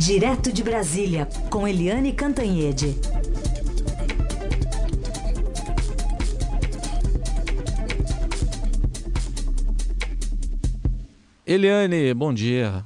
Direto de Brasília, com Eliane Cantanhede. Eliane, bom dia.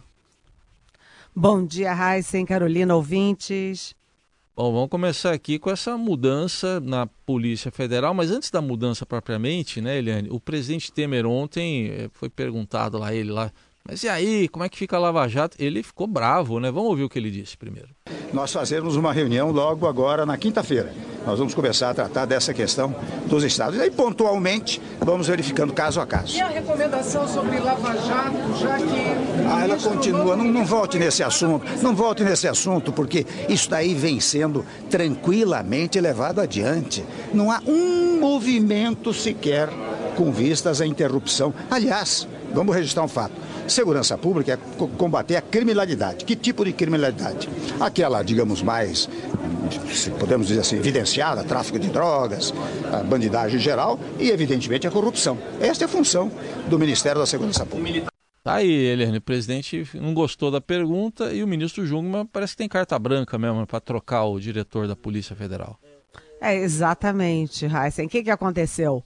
Bom dia, Raíssa e Carolina, ouvintes. Bom, vamos começar aqui com essa mudança na Polícia Federal, mas antes da mudança propriamente, né, Eliane, o presidente Temer ontem foi perguntado lá, mas e aí, como é que fica a Lava Jato? Ele ficou bravo, né? Vamos ouvir o que ele disse primeiro. Nós fazemos uma reunião logo agora na quinta-feira. Nós vamos começar a tratar dessa questão dos estados. E aí, pontualmente, vamos verificando caso a caso. E a recomendação sobre Lava Jato, já que... Ela continua, não volte nesse assunto, porque isso daí vem sendo tranquilamente levado adiante. Não há um movimento sequer com vistas à interrupção. Aliás, vamos registrar um fato. Segurança pública é combater a criminalidade. Que tipo de criminalidade? Aquela, digamos, mais, se podemos dizer assim, evidenciada, tráfico de drogas, a bandidagem geral e, evidentemente, a corrupção. Esta é a função do Ministério da Segurança Pública. Tá aí, Eliane, o presidente não gostou da pergunta e o ministro Jungmann parece que tem carta branca mesmo para trocar o diretor da Polícia Federal. Exatamente, Raíssa. O que aconteceu?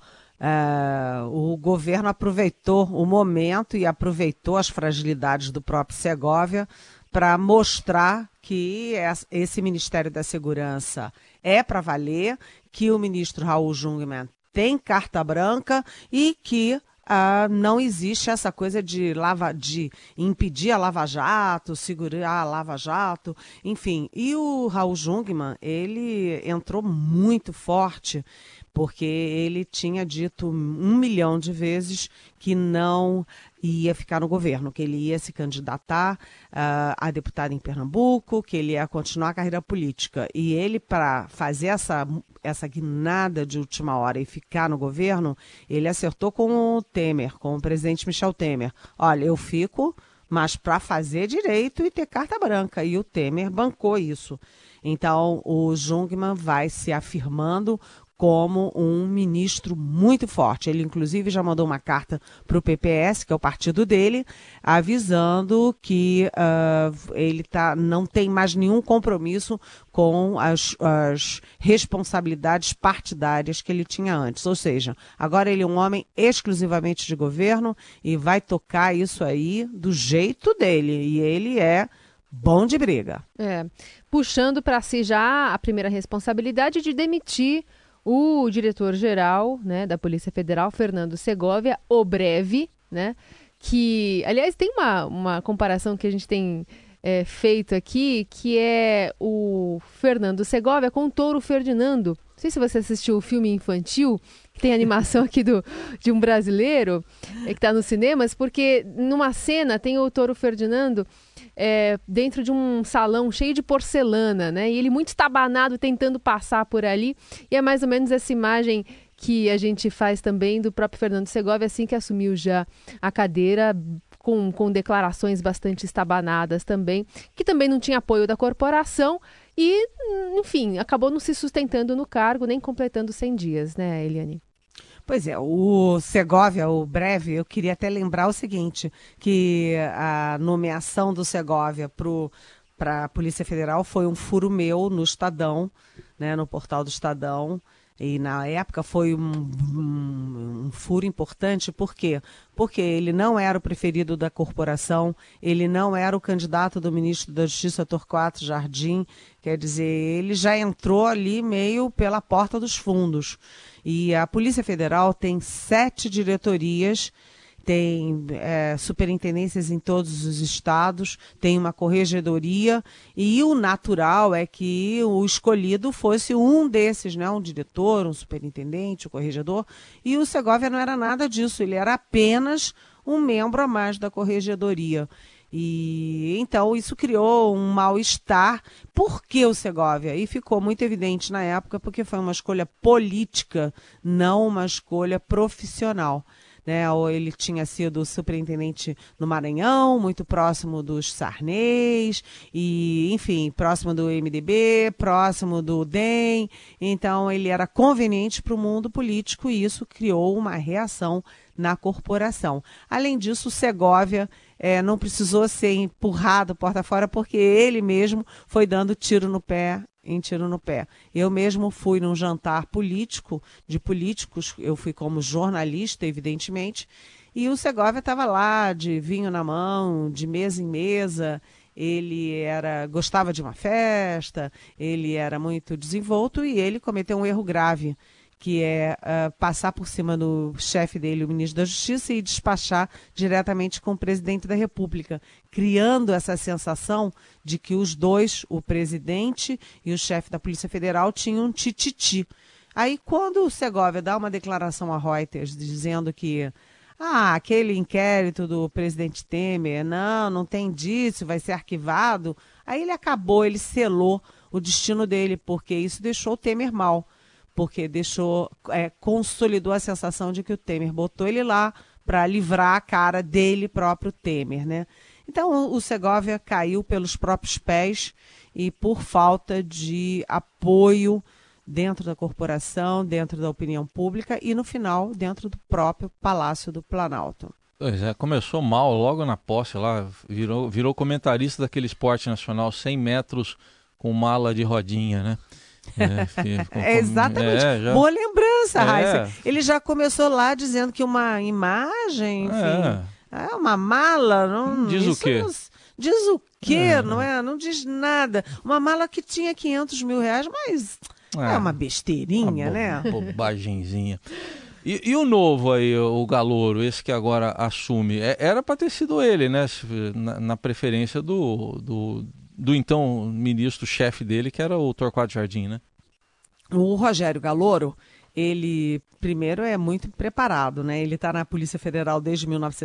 O governo aproveitou o momento e aproveitou as fragilidades do próprio Segovia para mostrar que esse Ministério da Segurança é para valer, que o ministro Raul Jungmann tem carta branca e que não existe essa coisa de impedir a Lava Jato, segurar a Lava Jato, enfim. E o Raul Jungmann, ele entrou muito forte, porque ele tinha dito 1 milhão de vezes que não ia ficar no governo, que ele ia se candidatar a deputado em Pernambuco, que ele ia continuar a carreira política. E ele, para fazer essa guinada de última hora e ficar no governo, ele acertou com o Temer, com o presidente Michel Temer. Olha, eu fico, mas para fazer direito e ter carta branca. E o Temer bancou isso. Então, o Jungmann vai se afirmando como um ministro muito forte. Ele, inclusive, já mandou uma carta para o PPS, que é o partido dele, avisando que ele não tem mais nenhum compromisso com as responsabilidades partidárias que ele tinha antes. Ou seja, agora ele é um homem exclusivamente de governo e vai tocar isso aí do jeito dele. E ele é bom de briga. Puxando para si já a primeira responsabilidade de demitir o diretor-geral, né, da Polícia Federal, Fernando Segovia, o breve, né, que, aliás, tem uma comparação que a gente tem feito aqui, que é o Fernando Segovia com o Touro Ferdinando. Não sei se você assistiu o filme infantil, que tem animação aqui de um brasileiro, que está nos cinemas, porque numa cena tem o Touro Ferdinando dentro de um salão cheio de porcelana, né? E ele muito estabanado tentando passar por ali. E é mais ou menos essa imagem que a gente faz também do próprio Fernando Segovia, assim que assumiu já a cadeira, com declarações bastante estabanadas também, que também não tinha apoio da corporação e, enfim, acabou não se sustentando no cargo, nem completando 100 dias, né, Eliane? Pois é, o Segovia, o breve, eu queria até lembrar o seguinte, que a nomeação do Segovia para a Polícia Federal foi um furo meu no Estadão, né, no portal do Estadão. E na época foi um furo importante, por quê? Porque ele não era o preferido da corporação, ele não era o candidato do ministro da Justiça Torquato Jardim, quer dizer, ele já entrou ali meio pela porta dos fundos. E a Polícia Federal tem 7 diretorias, tem superintendências em todos os estados, tem uma corregedoria e o natural é que o escolhido fosse um desses, né? Um diretor, um superintendente, um corregedor, e o Segovia não era nada disso, ele era apenas um membro a mais da corregedoria. E então isso criou um mal-estar. Por que o Segovia? E ficou muito evidente na época porque foi uma escolha política, não uma escolha profissional. Né, ou ele tinha sido superintendente no Maranhão, muito próximo dos Sarnês, e, enfim, próximo do MDB, próximo do DEM. Então, ele era conveniente para o mundo político e isso criou uma reação na corporação. Além disso, o Segovia não precisou ser empurrado porta fora, porque ele mesmo foi dando tiro no pé. Eu mesmo fui num jantar político, de políticos, eu fui como jornalista, evidentemente, e o Segovia estava lá, de vinho na mão, de mesa em mesa. Ele gostava de uma festa, ele era muito desenvolto e ele cometeu um erro grave, que é passar por cima do chefe dele, o ministro da Justiça, e despachar diretamente com o presidente da República, criando essa sensação de que os dois, o presidente e o chefe da Polícia Federal, tinham um tititi. Aí, quando o Segovia dá uma declaração à Reuters dizendo que aquele inquérito do presidente Temer, não tem disso, vai ser arquivado, aí ele selou o destino dele, porque isso deixou o Temer mal. Porque consolidou a sensação de que o Temer botou ele lá para livrar a cara dele próprio Temer, né? Então o Segovia caiu pelos próprios pés e por falta de apoio dentro da corporação, dentro da opinião pública e, no final, dentro do próprio Palácio do Planalto. Pois é, começou mal logo na posse lá, virou comentarista daquele esporte nacional 100 metros com mala de rodinha, né? Exatamente. Boa lembrança, Raíssa. Ele já começou lá dizendo que uma imagem, enfim, uma mala, não diz o quê? Diz o quê, não é? Não diz nada. Uma mala que tinha 500 mil reais, mas é uma besteirinha, né? Bobagenzinha. E o novo aí, o Galouro, esse que agora assume, era para ter sido ele, né? Na preferência do então ministro-chefe dele, que era o Torquato Jardim, né? O Rogério Galouro, ele primeiro é muito preparado, né? Ele está na Polícia Federal desde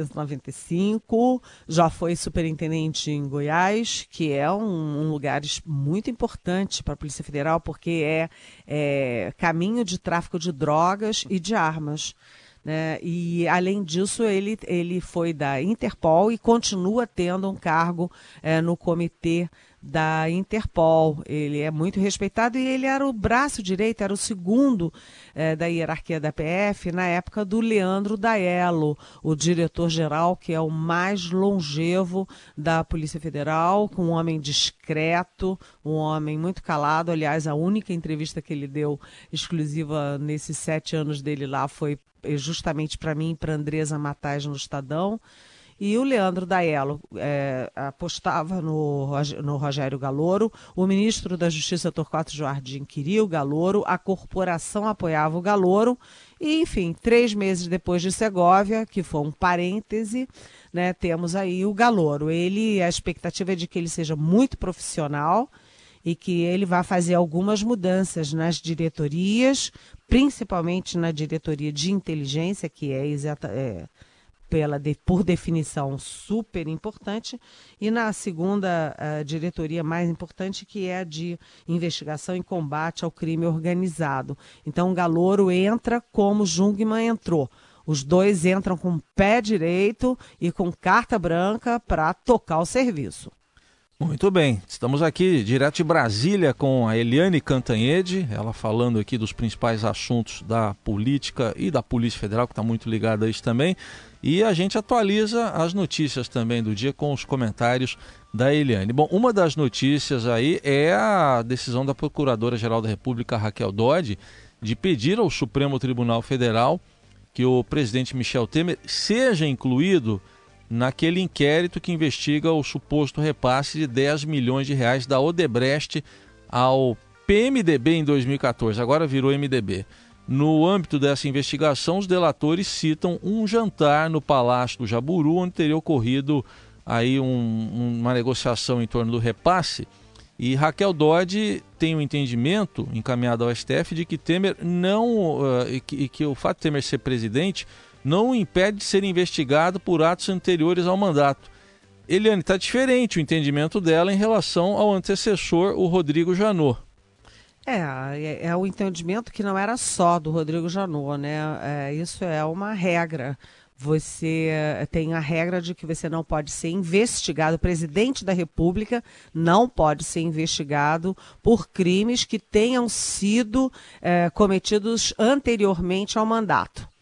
1995, já foi superintendente em Goiás, que é um lugar muito importante para a Polícia Federal, porque é caminho de tráfico de drogas e de armas. Né? E, além disso, ele foi da Interpol e continua tendo um cargo no comitê da Interpol. Ele é muito respeitado e ele era o braço direito, era o segundo da hierarquia da PF na época do Leandro Daello, o diretor-geral, que é o mais longevo da Polícia Federal, um homem discreto, um homem muito calado. Aliás, a única entrevista que ele deu exclusiva nesses 7 anos dele lá foi justamente para mim e para Andresa Matais no Estadão. E o Leandro Daello apostava no Rogério Galouro, o ministro da Justiça Torquato Jardim queria o Galouro, a corporação apoiava o Galouro e, enfim, 3 meses depois de Segovia, que foi um parêntese, né, temos aí o Galouro. A expectativa é de que ele seja muito profissional e que ele vai fazer algumas mudanças nas diretorias, principalmente na diretoria de inteligência, que por definição super importante, e na segunda diretoria mais importante, que é a de investigação e combate ao crime organizado. Então o Galouro entra como Jungmann entrou. Os dois entram com o pé direito e com carta branca para tocar o serviço. Muito bem, estamos aqui direto de Brasília com a Eliane Cantanhede, ela falando aqui dos principais assuntos da política e da Polícia Federal, que está muito ligada a isso também, e a gente atualiza as notícias também do dia com os comentários da Eliane. Bom, uma das notícias aí é a decisão da Procuradora-Geral da República, Raquel Dodge, de pedir ao Supremo Tribunal Federal que o presidente Michel Temer seja incluído naquele inquérito que investiga o suposto repasse de 10 milhões de reais da Odebrecht ao PMDB em 2014, agora virou MDB. No âmbito dessa investigação, os delatores citam um jantar no Palácio do Jaburu, onde teria ocorrido aí uma negociação em torno do repasse. E Raquel Dodge tem um entendimento encaminhado ao STF de que Temer que o fato de Temer ser presidente não o impede de ser investigado por atos anteriores ao mandato. Eliane, está diferente o entendimento dela em relação ao antecessor, o Rodrigo Janot. É o entendimento que não era só do Rodrigo Janot, né? Isso é uma regra. Você tem a regra de que você não pode ser investigado, o presidente da República não pode ser investigado por crimes que tenham sido cometidos anteriormente ao mandato.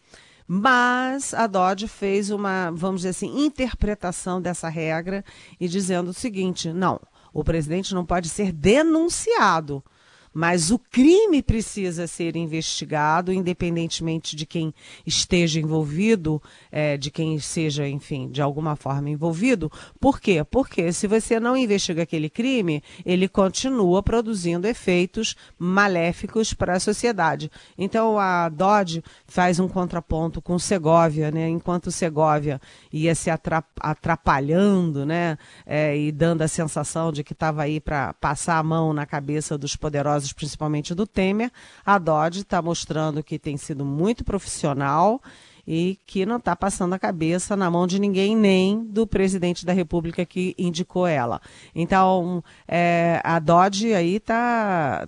Mas a Dodge fez uma, vamos dizer assim, interpretação dessa regra e dizendo o seguinte: não, o presidente não pode ser denunciado, mas o crime precisa ser investigado, independentemente de quem esteja envolvido, de quem seja, enfim, de alguma forma envolvido. Por quê? Porque se você não investiga aquele crime, ele continua produzindo efeitos maléficos para a sociedade. Então a Dodge faz um contraponto com Segovia, né? Enquanto Segovia ia se atrapalhando, né? E dando a sensação de que estava aí para passar a mão na cabeça dos poderosos, principalmente do Temer, a Dodge está mostrando que tem sido muito profissional e que não está passando a cabeça na mão de ninguém, nem do presidente da República que indicou ela. Então, a Dodge aí está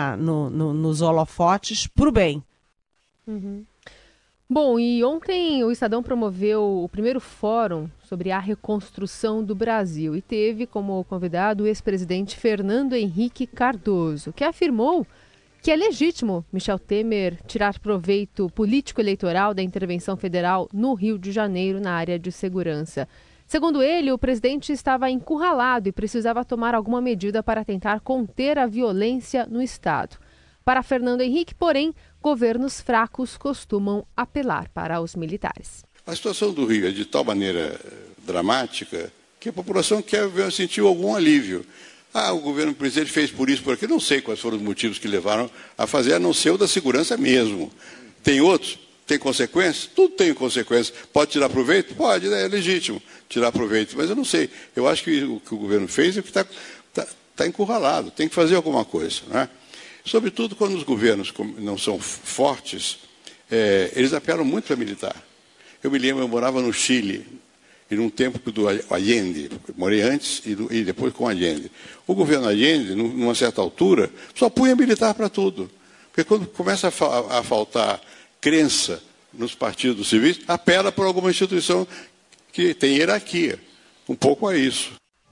nos holofotes para o bem. Uhum. Bom, e ontem o Estadão promoveu o primeiro fórum sobre a reconstrução do Brasil e teve como convidado o ex-presidente Fernando Henrique Cardoso, que afirmou que é legítimo Michel Temer tirar proveito político-eleitoral da intervenção federal no Rio de Janeiro na área de segurança. Segundo ele, o presidente estava encurralado e precisava tomar alguma medida para tentar conter a violência no Estado. Para Fernando Henrique, porém, governos fracos costumam apelar para os militares. A situação do Rio é de tal maneira dramática que a população sentiu algum alívio. O governo presidente fez por isso, por aquilo. Não sei quais foram os motivos que levaram a fazer, a não ser o da segurança mesmo. Tem outros? Tem consequências? Tudo tem consequências. Pode tirar proveito? Pode, é legítimo tirar proveito. Mas eu não sei. Eu acho que o que o governo fez é que está encurralado. Tem que fazer alguma coisa, né? Sobretudo quando os governos não são fortes, eles apelam muito para militar. Eu me lembro, eu morava no Chile, e num tempo do Allende, morei antes e depois com Allende. O governo Allende, numa certa altura, só punha militar para tudo. Porque quando começa a faltar crença nos partidos civis, apela por alguma instituição que tem hierarquia. Um pouco é isso.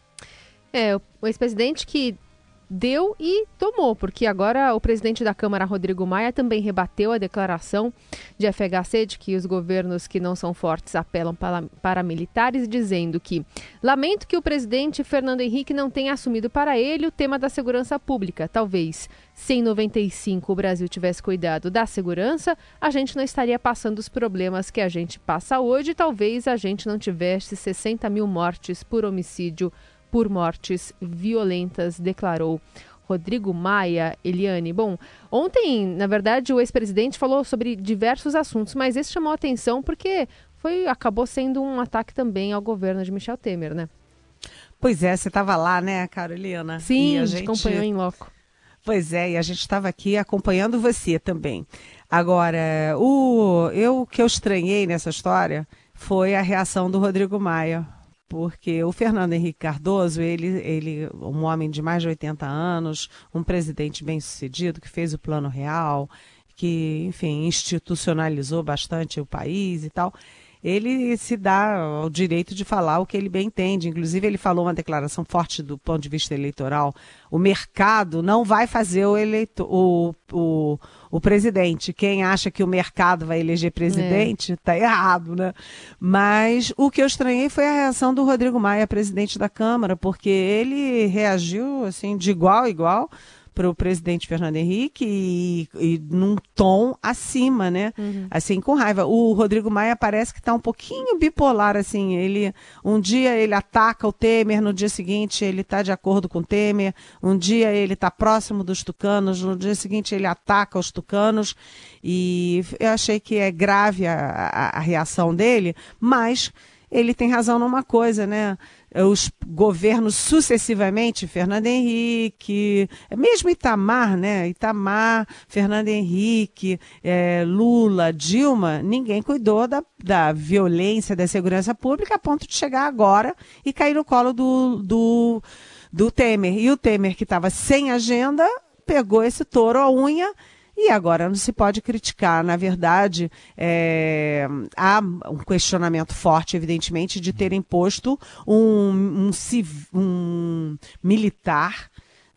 O ex-presidente que deu e tomou, porque agora o presidente da Câmara, Rodrigo Maia, também rebateu a declaração de FHC de que os governos que não são fortes apelam para militares, dizendo que lamento que o presidente Fernando Henrique não tenha assumido para ele o tema da segurança pública. Talvez, se em 95 o Brasil tivesse cuidado da segurança, a gente não estaria passando os problemas que a gente passa hoje, talvez a gente não tivesse 60 mil mortes por homicídio por mortes violentas, declarou Rodrigo Maia. Eliane, bom, ontem, na verdade, o ex-presidente falou sobre diversos assuntos, mas esse chamou a atenção porque acabou sendo um ataque também ao governo de Michel Temer, né? Pois é, você estava lá, né, Carolina? Sim, a gente acompanhou em loco. Pois é, e a gente estava aqui acompanhando você também. Agora, o que eu estranhei nessa história foi a reação do Rodrigo Maia. Porque o Fernando Henrique Cardoso, ele um homem de mais de 80 anos, um presidente bem-sucedido, que fez o Plano Real, que, enfim, institucionalizou bastante o país e tal, ele se dá o direito de falar o que ele bem entende. Inclusive, ele falou uma declaração forte do ponto de vista eleitoral. O mercado não vai fazer o presidente. Quem acha que o mercado vai eleger presidente, está errado, né? Mas o que eu estranhei foi a reação do Rodrigo Maia, presidente da Câmara, porque ele reagiu assim, de igual a igual para o presidente Fernando Henrique e num tom acima, né? Assim, com raiva. O Rodrigo Maia parece que está um pouquinho bipolar, assim. Um dia ele ataca o Temer, no dia seguinte ele está de acordo com o Temer, um dia ele está próximo dos tucanos, no dia seguinte ele ataca os tucanos, e eu achei que é grave a reação dele, mas ele tem razão numa coisa, né? Os governos sucessivamente, Fernando Henrique, mesmo Itamar, né? Itamar, Fernando Henrique, Lula, Dilma, ninguém cuidou da violência, da segurança pública a ponto de chegar agora e cair no colo do Temer. E o Temer, que estava sem agenda, pegou esse touro à unha. E agora não se pode criticar. Na verdade, há um questionamento forte, evidentemente, de ter imposto um militar,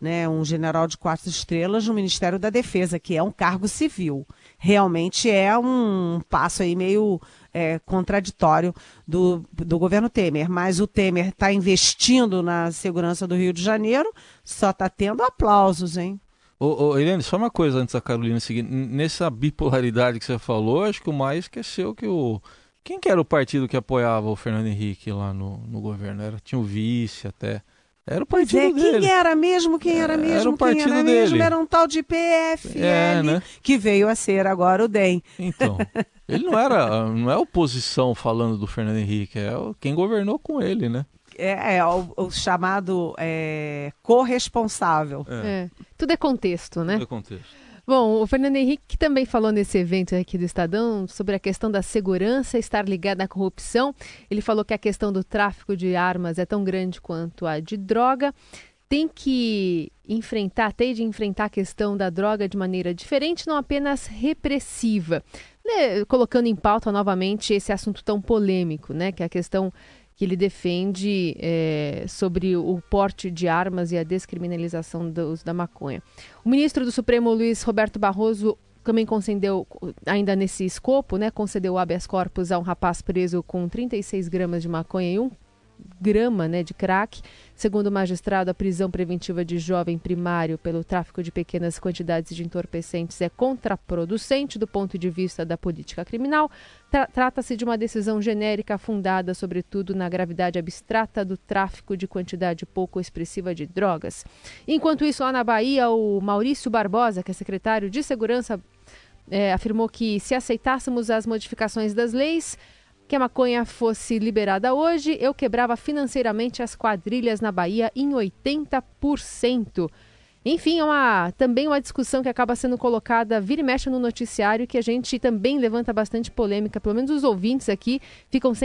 né, um general de 4 estrelas no Ministério da Defesa, que é um cargo civil. Realmente é um passo aí meio contraditório do governo Temer, mas o Temer está investindo na segurança do Rio de Janeiro, só está tendo aplausos, hein? Eliane, só uma coisa antes da Carolina seguir. Nessa bipolaridade que você falou, acho que o Maia esqueceu que quem que era o partido que apoiava o Fernando Henrique lá no governo? Tinha o vice até. Era o partido dele. Quem era mesmo? Era o partido dele. Era um tal de PFL, né? Que veio a ser agora o DEM. Então, ele não é oposição falando do Fernando Henrique, quem governou com ele, né? O chamado corresponsável. Tudo é contexto, né? Tudo é contexto. Bom, o Fernando Henrique também falou nesse evento aqui do Estadão sobre a questão da segurança estar ligada à corrupção. Ele falou que a questão do tráfico de armas é tão grande quanto a de droga. Tem de enfrentar a questão da droga de maneira diferente, não apenas repressiva. Né? Colocando em pauta novamente esse assunto tão polêmico, né? Que é a questão que ele defende sobre o porte de armas e a descriminalização do uso da maconha. O ministro do Supremo, Luiz Roberto Barroso, também concedeu, ainda nesse escopo, né, concedeu habeas corpus a um rapaz preso com 36 gramas de maconha e 1 grama, né, de crack. Segundo o magistrado, a prisão preventiva de jovem primário pelo tráfico de pequenas quantidades de entorpecentes é contraproducente do ponto de vista da política criminal. Trata-se de uma decisão genérica fundada, sobretudo, na gravidade abstrata do tráfico de quantidade pouco expressiva de drogas. Enquanto isso, lá na Bahia, o Maurício Barbosa, que é secretário de Segurança, afirmou que se aceitássemos as modificações das leis, que a maconha fosse liberada hoje, eu quebrava financeiramente as quadrilhas na Bahia em 80%. Enfim, também uma discussão que acaba sendo colocada, vira e mexe no noticiário, que a gente também levanta bastante polêmica, pelo menos os ouvintes aqui ficam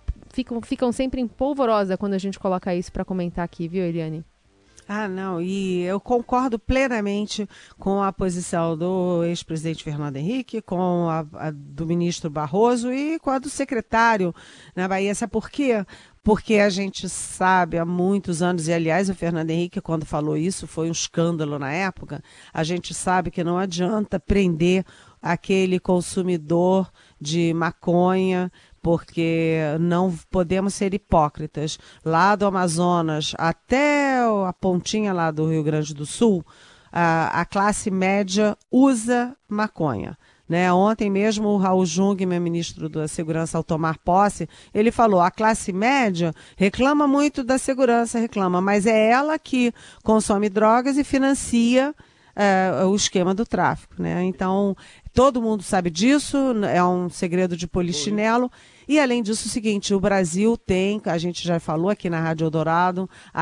sempre em polvorosa quando a gente coloca isso para comentar aqui, viu, Eliane? Não, e eu concordo plenamente com a posição do ex-presidente Fernando Henrique, com a do ministro Barroso e com a do secretário na Bahia. Sabe por quê? Porque a gente sabe há muitos anos, e aliás o Fernando Henrique, quando falou isso, foi um escândalo na época, a gente sabe que não adianta prender aquele consumidor de maconha, porque não podemos ser hipócritas. Lá do Amazonas até a pontinha lá do Rio Grande do Sul, a classe média usa maconha. Né? Ontem mesmo o Raul Jung, meu ministro da Segurança, ao tomar posse, ele falou, a classe média reclama muito da segurança, mas é ela que consome drogas e financia o esquema do tráfico. Né? Então, todo mundo sabe disso, é um segredo de polichinelo. E, além disso, o seguinte, o Brasil tem, a gente já falou aqui na Rádio Eldorado, a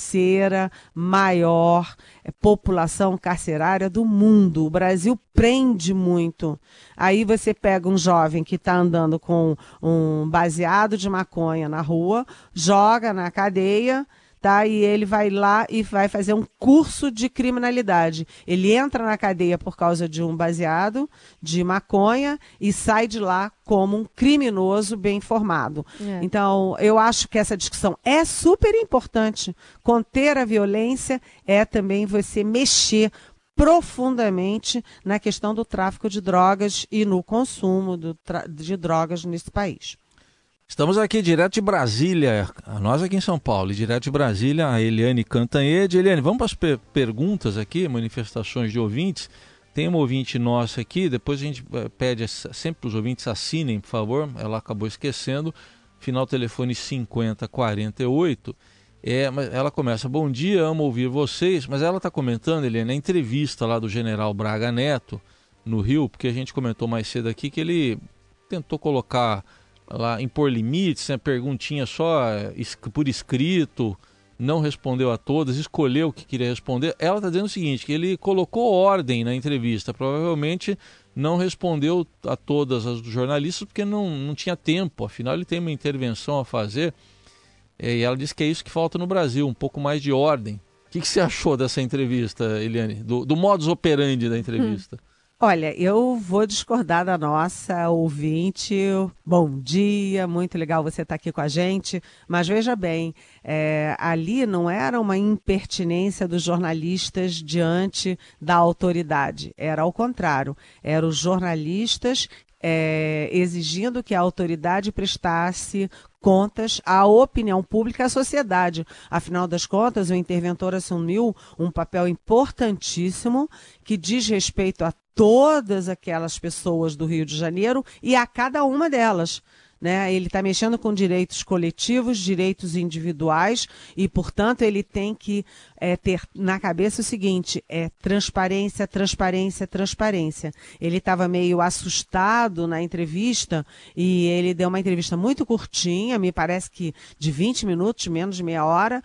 3ª maior população carcerária do mundo. O Brasil prende muito. Aí você pega um jovem que está andando com um baseado de maconha na rua, joga na cadeia, tá? E ele vai lá e vai fazer um curso de criminalidade. Ele entra na cadeia por causa de um baseado de maconha e sai de lá como um criminoso bem informado. Então, eu acho que essa discussão é super importante. Conter a violência é também você mexer profundamente na questão do tráfico de drogas e no consumo de drogas nesse país. Estamos aqui direto de Brasília, nós aqui em São Paulo, e direto de Brasília, a Eliane Cantanhede. Eliane, vamos para as perguntas aqui, manifestações de ouvintes. Tem uma ouvinte nossa aqui, depois a gente pede sempre para os ouvintes assinem, por favor, ela acabou esquecendo, final telefone 5048. Ela começa, bom dia, amo ouvir vocês, mas ela está comentando, Eliane, a entrevista lá do general Braga Neto, no Rio, porque a gente comentou mais cedo aqui que ele tentou colocar lá, impor limites, né, perguntinha só por escrito, não respondeu a todas, escolheu o que queria responder. Ela está dizendo o seguinte, que ele colocou ordem na entrevista, provavelmente não respondeu a todas as dos jornalistas porque não tinha tempo, afinal ele tem uma intervenção a fazer, e ela disse que é isso que falta no Brasil, um pouco mais de ordem. O que você achou dessa entrevista, Eliane, do modus operandi da entrevista? Olha, eu vou discordar da nossa ouvinte. Bom dia, muito legal você estar aqui com a gente. Mas veja bem, ali não era uma impertinência dos jornalistas diante da autoridade. Era ao contrário. Eram os jornalistas exigindo que a autoridade prestasse contas à opinião pública e à sociedade. Afinal das contas, o interventor assumiu um papel importantíssimo que diz respeito a todas aquelas pessoas do Rio de Janeiro e a cada uma delas. Né? Ele está mexendo com direitos coletivos, direitos individuais e, portanto, ele tem que ter na cabeça o seguinte, transparência, transparência, transparência. Ele estava meio assustado na entrevista e ele deu uma entrevista muito curtinha, me parece que de 20 minutos, menos de meia hora,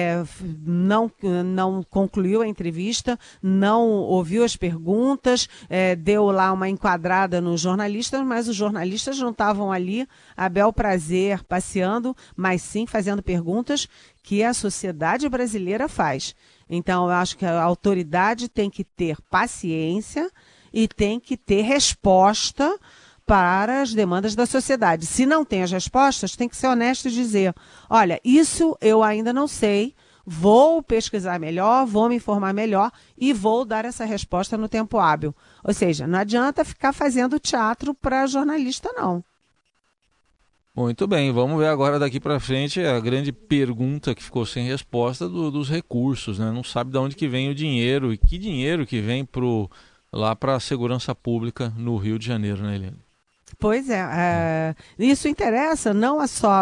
não concluiu a entrevista, não ouviu as perguntas, deu lá uma enquadrada nos jornalistas, mas os jornalistas não estavam ali a bel prazer passeando, mas sim fazendo perguntas que a sociedade brasileira faz. Então, eu acho que a autoridade tem que ter paciência e tem que ter resposta para as demandas da sociedade. Se não tem as respostas, tem que ser honesto e dizer, olha, isso eu ainda não sei, vou pesquisar melhor, vou me informar melhor e vou dar essa resposta no tempo hábil. Ou seja, não adianta ficar fazendo teatro para jornalista, não. Muito bem, vamos ver agora daqui para frente a grande pergunta que ficou sem resposta dos recursos, né? Não sabe de onde que vem o dinheiro e que dinheiro que vem lá para a segurança pública no Rio de Janeiro, né, Eliane? Pois isso interessa não só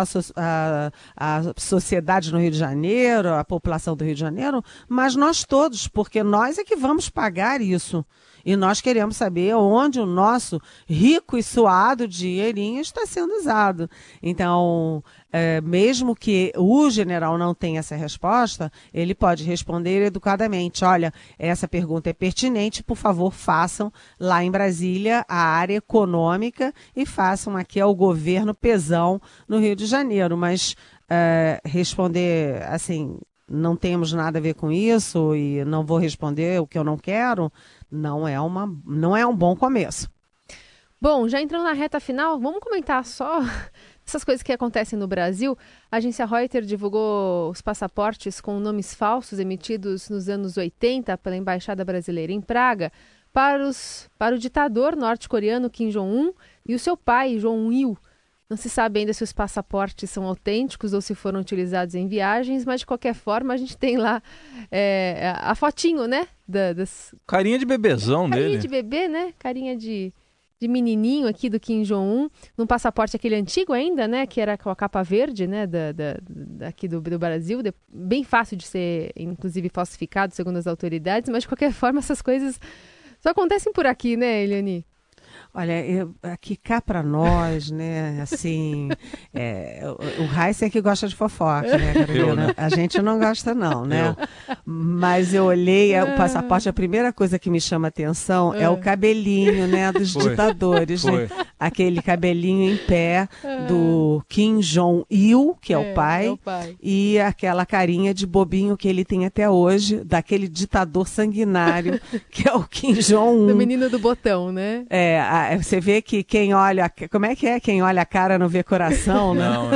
a sociedade no Rio de Janeiro, a população do Rio de Janeiro, mas nós todos, porque nós é que vamos pagar isso. E nós queremos saber onde o nosso rico e suado dinheirinho está sendo usado. Então, mesmo que o general não tenha essa resposta, ele pode responder educadamente, olha, essa pergunta é pertinente, por favor, façam lá em Brasília a área econômica e façam aqui ao governo pesão no Rio de Janeiro. Mas responder assim, não temos nada a ver com isso e não vou responder o que eu não quero, não é um bom começo. Bom, já entrando na reta final, vamos comentar só essas coisas que acontecem no Brasil. A agência Reuters divulgou os passaportes com nomes falsos emitidos nos anos 80 pela Embaixada Brasileira em Praga para o ditador norte-coreano Kim Jong-un e o seu pai, Jong-il. Não se sabe ainda se os passaportes são autênticos ou se foram utilizados em viagens, mas de qualquer forma a gente tem lá a fotinho, né? Carinha de bebezão dele. Carinha de bebê, né? Carinha de menininho aqui do Kim Jong-un, num passaporte aquele antigo ainda, né? Que era com a capa verde, né? Aqui do Brasil, bem fácil de ser, inclusive, falsificado, segundo as autoridades, mas de qualquer forma essas coisas só acontecem por aqui, né, Eliane? Olha, aqui cá para nós, né, assim, o Raíssa é que gosta de fofoca, né, Carolina? A gente não gosta não, né? Mas eu olhei o passaporte, a primeira coisa que me chama a atenção é o cabelinho, né, dos ditadores, né? Aquele cabelinho em pé do Kim Jong-il, que é o pai, e aquela carinha de bobinho que ele tem até hoje, daquele ditador sanguinário, que é o Kim Jong-un. Do menino do botão, né? Você vê que quem olha... Como é que é? Quem olha a cara não vê coração, né? Não,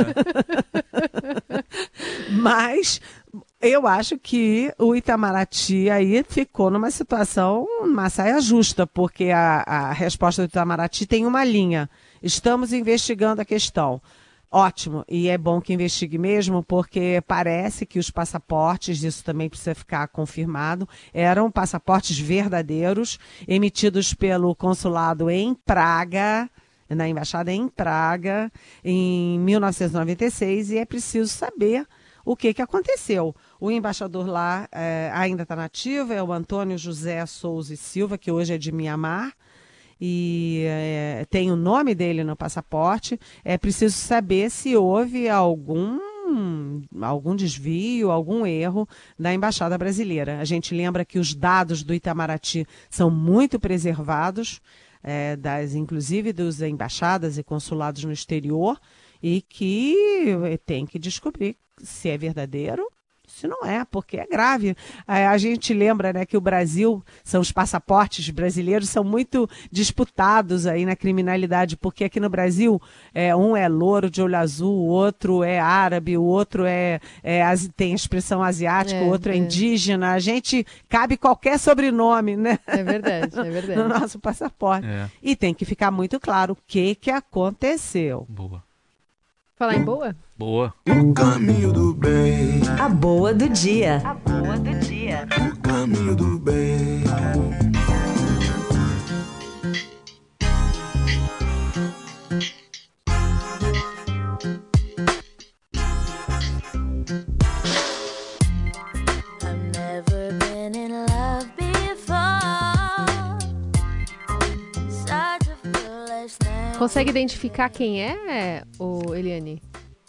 Mas eu acho que o Itamaraty aí ficou numa situação, uma saia justa, porque a resposta do Itamaraty tem uma linha. Estamos investigando a questão. Ótimo, e é bom que investigue mesmo, porque parece que os passaportes, isso também precisa ficar confirmado, eram passaportes verdadeiros, emitidos pelo consulado em Praga, na embaixada em Praga, em 1996, e é preciso saber o que aconteceu. O embaixador lá ainda está nativo, é o Antônio José Souza e Silva, que hoje é de Mianmar, e tem o nome dele no passaporte. É preciso saber se houve algum desvio, algum erro da Embaixada Brasileira. A gente lembra que os dados do Itamaraty são muito preservados, inclusive das embaixadas e consulados no exterior, e que tem que descobrir se é verdadeiro, Isso não é, porque é grave. A gente lembra, né, que o Brasil, os passaportes brasileiros são muito disputados aí na criminalidade, porque aqui no Brasil um é louro de olho azul, o outro é árabe, o outro tem a expressão asiática, o outro é indígena. A gente cabe qualquer sobrenome, né? É verdade, é verdade. No nosso passaporte. E tem que ficar muito claro o que aconteceu. Boa. Falar em boa? Boa. O caminho do bem. A boa do dia. A boa do dia. O caminho do bem. Consegue identificar quem é, Eliane?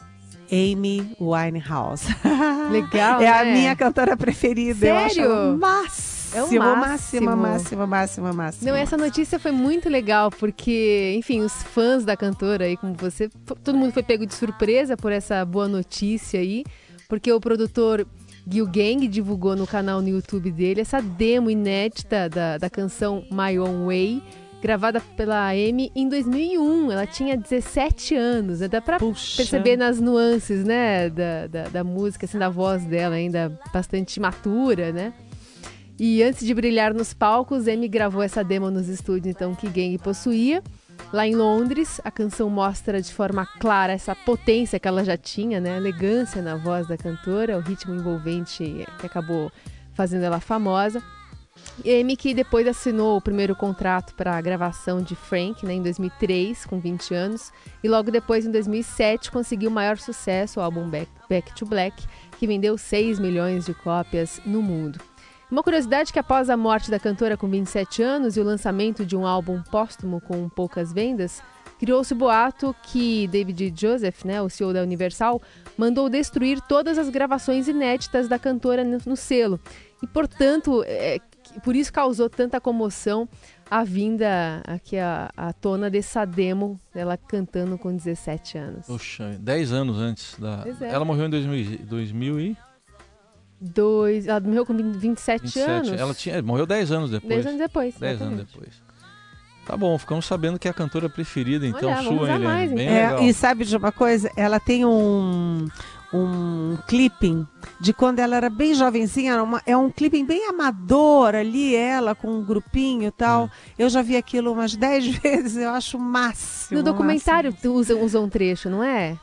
Amy Winehouse. Legal, É né? a minha cantora preferida. Sério? Eu acho É o máximo. máximo. Não, essa notícia foi muito legal, porque, enfim, os fãs da cantora aí, como você, todo mundo foi pego de surpresa por essa boa notícia aí, porque o produtor Gil Gang divulgou no canal no YouTube dele essa demo inédita da canção My Own Way, gravada pela Amy em 2001. Ela tinha 17 anos, né? Dá pra perceber nas nuances, né, da música, assim, da voz dela ainda bastante matura, né? E antes de brilhar nos palcos, Amy gravou essa demo nos estúdios, então, que Gang possuía. Lá em Londres, a canção mostra de forma clara essa potência que ela já tinha, né? A elegância na voz da cantora, o ritmo envolvente que acabou fazendo ela famosa. Amy, que depois assinou o primeiro contrato para a gravação de Frank, né, em 2003, com 20 anos, e logo depois, em 2007, conseguiu o maior sucesso, o álbum Back to Black, que vendeu 6 milhões de cópias no mundo. Uma curiosidade é que após a morte da cantora com 27 anos e o lançamento de um álbum póstumo com poucas vendas, criou-se o boato que David Joseph, né, o CEO da Universal, mandou destruir todas as gravações inéditas da cantora no selo. E, portanto, por isso causou tanta comoção a vinda aqui à tona dessa demo dela cantando com 17 anos. Poxa, 10 anos antes da... Pois é. Ela morreu em 2000 e... Ela morreu com 27 anos. Ela morreu 10 anos depois. 10 anos depois. 10 anos depois. Tá bom, ficamos sabendo que é a cantora preferida, então, Olha, sua, Eliane. Mais, bem legal. E sabe de uma coisa? Ela tem um clipping de quando ela era bem jovenzinha, é um clipping bem amador ali, ela com um grupinho e tal. Eu já vi aquilo umas 10 vezes, eu acho o máximo. No documentário usam um trecho, não é?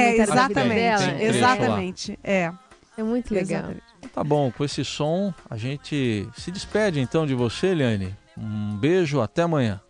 Exatamente. É muito legal. Exatamente. Tá bom, com esse som a gente se despede então de você, Eliane. Um beijo, até amanhã.